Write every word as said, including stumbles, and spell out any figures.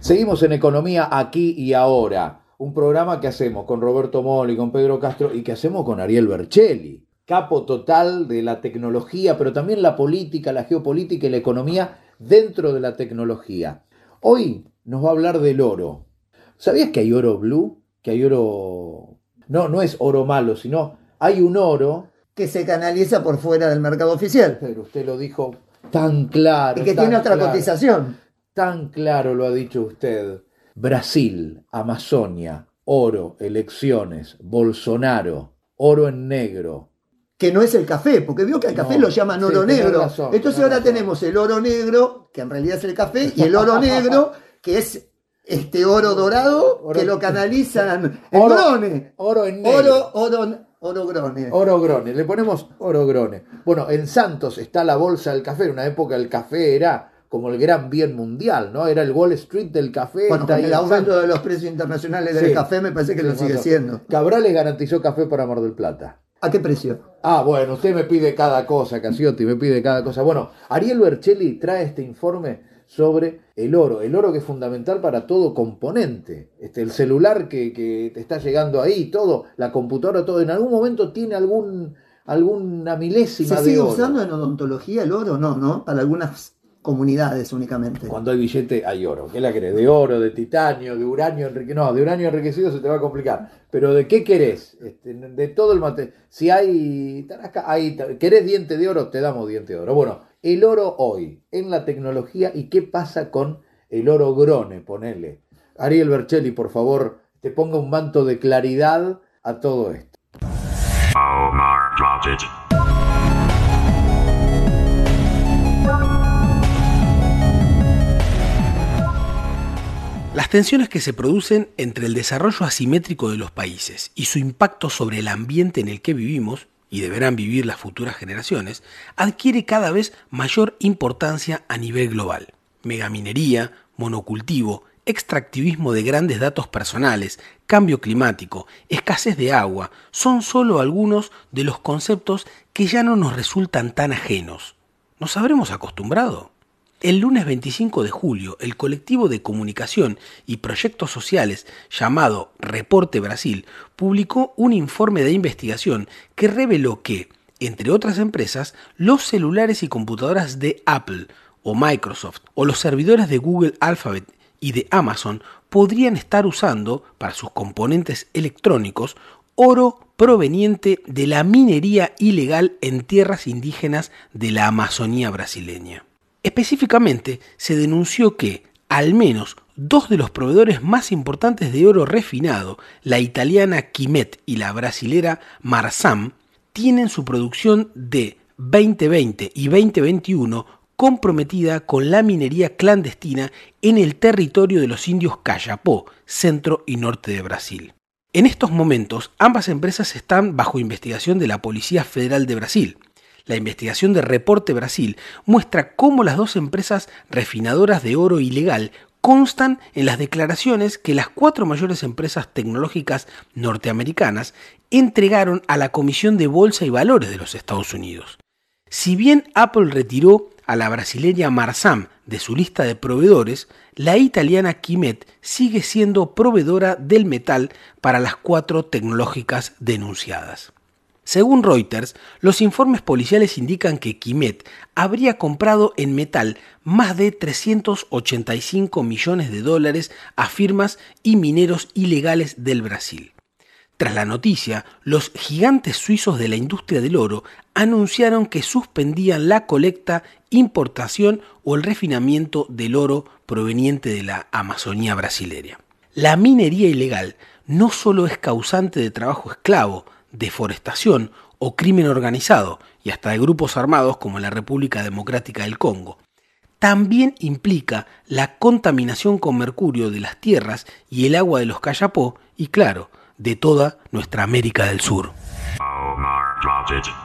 Seguimos en Economía Aquí y Ahora, un programa que hacemos con Roberto Moli, con Pedro Castro y que hacemos con Ariel Berchelli, capo total de la tecnología, pero también la política, la geopolítica y la economía dentro de la tecnología. Hoy nos va a hablar del oro. ¿Sabías que hay oro blue? Que hay oro... No, no es oro malo, sino hay un oro... que se canaliza por fuera del mercado oficial. Pero usted lo dijo tan claro. Y que tan tiene otra claro, cotización. Tan claro lo ha dicho usted. Brasil, Amazonia, oro, elecciones, Bolsonaro, oro en negro. Que no es el café, porque vio que al café No, lo llaman sí, oro tenés negro. razón, Entonces tenés ahora razón. tenemos el oro negro, que en realidad es el café, y el oro negro, que es este oro dorado, Oro- que lo canalizan en Oro- grone. oro en negro. Oro, oro, oro grone. Oro grone, le ponemos oro grone. Bueno, en Santos está la bolsa del café. En una época el café era como el gran bien mundial, ¿no? Era el Wall Street del café. Bueno, está con ahí el en aumento Santos. de los precios internacionales del Sí. café me parece que Sí, lo sigue bueno. siendo. Cabrales garantizó café para Mar del Plata. ¿A qué precio? Ah, bueno, usted me pide cada cosa, Casiotti, me pide cada cosa. Bueno, Ariel Berchelli trae este informe sobre el oro, el oro que es fundamental para todo componente. Este, el celular que, que te está llegando ahí, todo, la computadora, todo, en algún momento tiene algún, alguna milésima ¿Se de sigue oro. usando en odontología el oro? No, ¿no? Para algunas comunidades únicamente. Cuando hay billete hay oro. ¿Qué la querés? ¿De oro, de titanio, de uranio enriquecido? No, de uranio enriquecido se te va a complicar. Pero ¿de qué querés? Este, de todo el material. Si hay, hay... ¿Querés diente de oro? Te damos diente de oro. Bueno, el oro hoy en la tecnología y qué pasa con el oro grone, ponele. Ariel Berchelli, por favor, te ponga un manto de claridad a todo esto. Omar dropped it. Las tensiones que se producen entre el desarrollo asimétrico de los países y su impacto sobre el ambiente en el que vivimos, y deberán vivir las futuras generaciones, adquiere cada vez mayor importancia a nivel global. Megaminería, monocultivo, extractivismo de grandes datos personales, cambio climático, escasez de agua, son solo algunos de los conceptos que ya no nos resultan tan ajenos. ¿Nos habremos acostumbrado? El lunes veinticinco de julio, el colectivo de comunicación y proyectos sociales llamado Reporte Brasil publicó un informe de investigación que reveló que, entre otras empresas, los celulares y computadoras de Apple o Microsoft o los servidores de Google Alphabet y de Amazon podrían estar usando, para sus componentes electrónicos, oro proveniente de la minería ilegal en tierras indígenas de la Amazonía brasileña. Específicamente, se denunció que, al menos, dos de los proveedores más importantes de oro refinado, la italiana Quimet y la brasilera Marsam, tienen su producción de veinte veinte y veinte veintiuno comprometida con la minería clandestina en el territorio de los indios Cayapó, centro y norte de Brasil. En estos momentos, ambas empresas están bajo investigación de la Policía Federal de Brasil. La investigación de Reporte Brasil muestra cómo las dos empresas refinadoras de oro ilegal constan en las declaraciones que las cuatro mayores empresas tecnológicas norteamericanas entregaron a la Comisión de Bolsa y Valores de los Estados Unidos. Si bien Apple retiró a la brasileña Marsam de su lista de proveedores, la italiana Quimet sigue siendo proveedora del metal para las cuatro tecnológicas denunciadas. Según Reuters, los informes policiales indican que Quimet habría comprado en metal más de trescientos ochenta y cinco millones de dólares a firmas y mineros ilegales del Brasil. Tras la noticia, los gigantes suizos de la industria del oro anunciaron que suspendían la colecta, importación o el refinamiento del oro proveniente de la Amazonía brasileña. La minería ilegal no solo es causante de trabajo esclavo, deforestación o crimen organizado, y hasta de grupos armados como la República Democrática del Congo. También implica la contaminación con mercurio de las tierras y el agua de los Cayapó y, claro, de toda nuestra América del Sur. Omar dropped it.